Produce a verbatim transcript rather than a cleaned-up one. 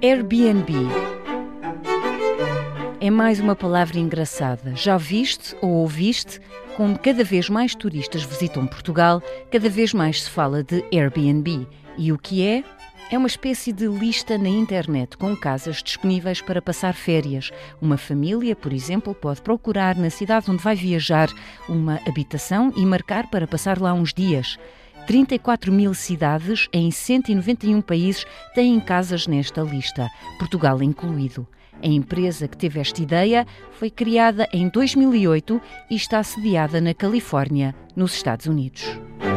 Airbnb. É mais uma palavra engraçada. Já viste ou ouviste? Como cada vez mais turistas visitam Portugal, cada vez mais se fala de Airbnb. E o que é? É uma espécie de lista na internet com casas disponíveis para passar férias. Uma família, por exemplo, pode procurar na cidade onde vai viajar uma habitação e marcar para passar lá uns dias. trinta e quatro mil cidades em cento e noventa e um países têm casas nesta lista, Portugal incluído. A empresa que teve esta ideia foi criada em dois mil e oito e está sediada na Califórnia, nos Estados Unidos.